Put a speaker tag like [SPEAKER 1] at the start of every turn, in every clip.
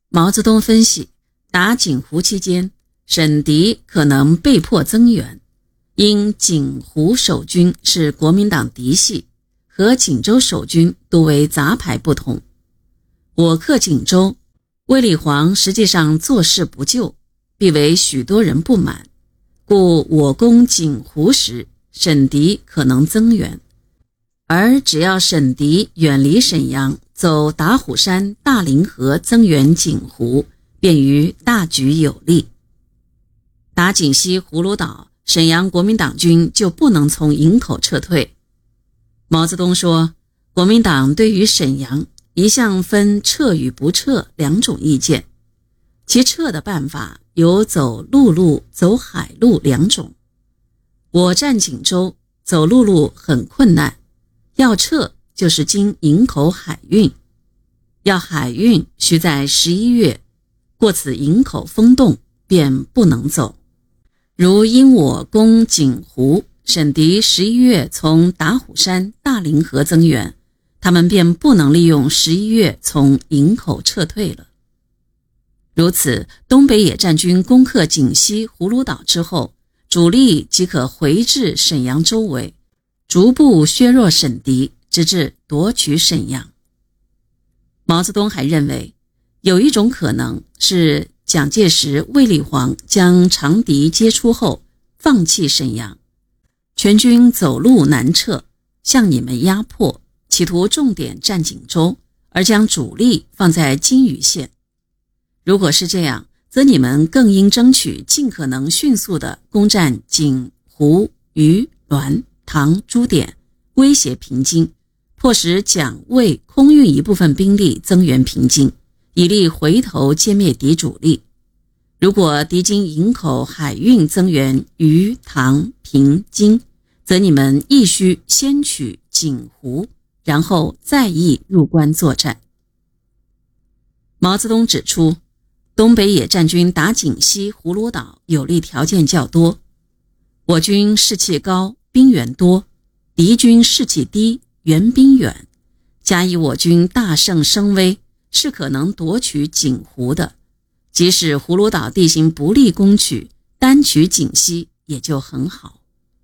[SPEAKER 1] 毛泽东分析，打锦湖期间，沈迪可能被迫增援，因锦湖守军是国民党嫡系，和锦州守军多为杂牌不同。我克锦州，卫立煌实际上坐视不救，必为许多人不满，故我攻锦湖时，沈迪可能增援。而只要沈迪远离沈阳，走打虎山、大凌河增援锦湖，便于大局有利。打锦西葫芦岛，沈阳国民党军就不能从营口撤退。毛泽东说，国民党对于沈阳一向分撤与不撤两种意见，其撤的办法有走陆路、走海路两种。我占锦州，走陆路很困难，要撤就是经营口海运，要海运需在11月，过此营口封冻，便不能走。如因我攻锦湖，沈迪11月从打虎山、大凌河增援，他们便不能利用11月从营口撤退了。如此，东北野战军攻克锦西葫芦岛之后，主力即可回至沈阳周围，逐步削弱沈迪，直至夺取沈阳。毛泽东还认为，有一种可能是蒋介石、卫立煌将长敌接出后放弃沈阳，全军走路南撤，向你们压迫，企图重点占锦州，而将主力放在金隅县。如果是这样，则你们更应争取尽可能迅速地攻占锦湖、豫、滦、唐诸点，威胁平津，迫使蒋卫空运一部分兵力增援平津，以利回头歼灭敌主力。如果敌经营口海运增援豫、唐、平津，则你们亦须先取锦湖，然后再议入关作战。毛泽东指出，东北野战军打锦西葫芦岛有利条件较多，我军士气高，兵源多，敌军士气低，援兵远，加以我军大胜声威，是可能夺取锦湖的。即使葫芦岛地形不利攻取，单取锦西也就很好。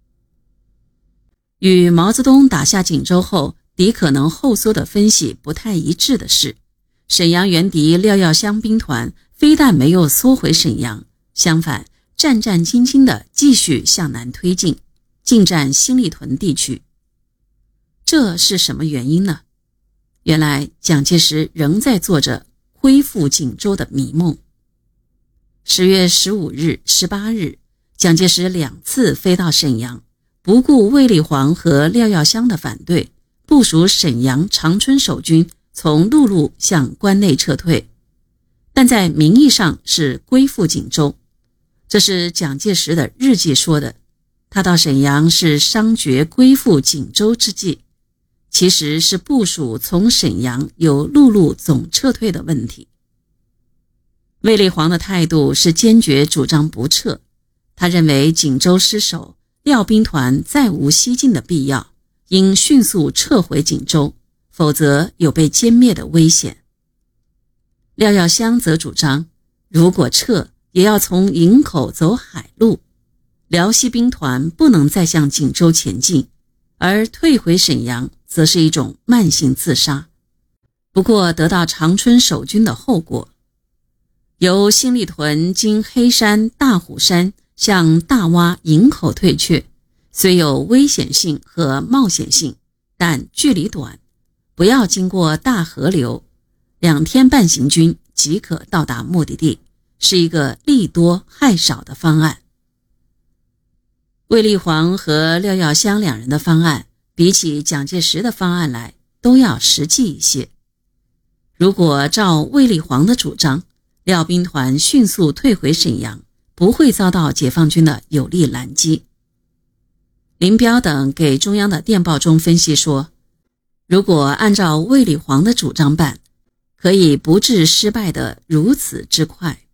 [SPEAKER 1] 与毛泽东打下锦州后敌可能后缩的分析不太一致的是，沈阳原敌廖耀湘兵团非但没有缩回沈阳，相反战战兢兢地继续向南推进，进占新立屯地区。这是什么原因呢？原来蒋介石仍在做着恢复锦州的迷梦。10月15日、18日，蒋介石2次飞到沈阳，不顾卫立煌和廖耀湘的反对，部署沈阳长春守军从陆路向关内撤退，但在名义上是归附锦州。这是蒋介石的日记说的，他到沈阳是商决归附锦州之际，其实是部署从沈阳由陆路总撤退的问题。卫立煌的态度是坚决主张不撤，他认为锦州失守，廖兵团再无西进的必要，应迅速撤回锦州，否则有被歼灭的危险。廖耀湘则主张，如果撤，也要从营口走海路，辽西兵团不能再向锦州前进，而退回沈阳则是一种慢性自杀，不过得到长春守军的后果。由新立屯经黑山、大虎山向大洼、营口退却，虽有危险性和冒险性，但距离短，不要经过大河流，2天半行军即可到达目的地，是一个利多害少的方案。卫立煌和廖耀湘两人的方案，比起蒋介石的方案来，都要实际一些。如果照卫立煌的主张，廖兵团迅速退回沈阳，不会遭到解放军的有力拦击。林彪等给中央的电报中分析说，如果按照卫立煌的主张办，可以不致失败得如此之快。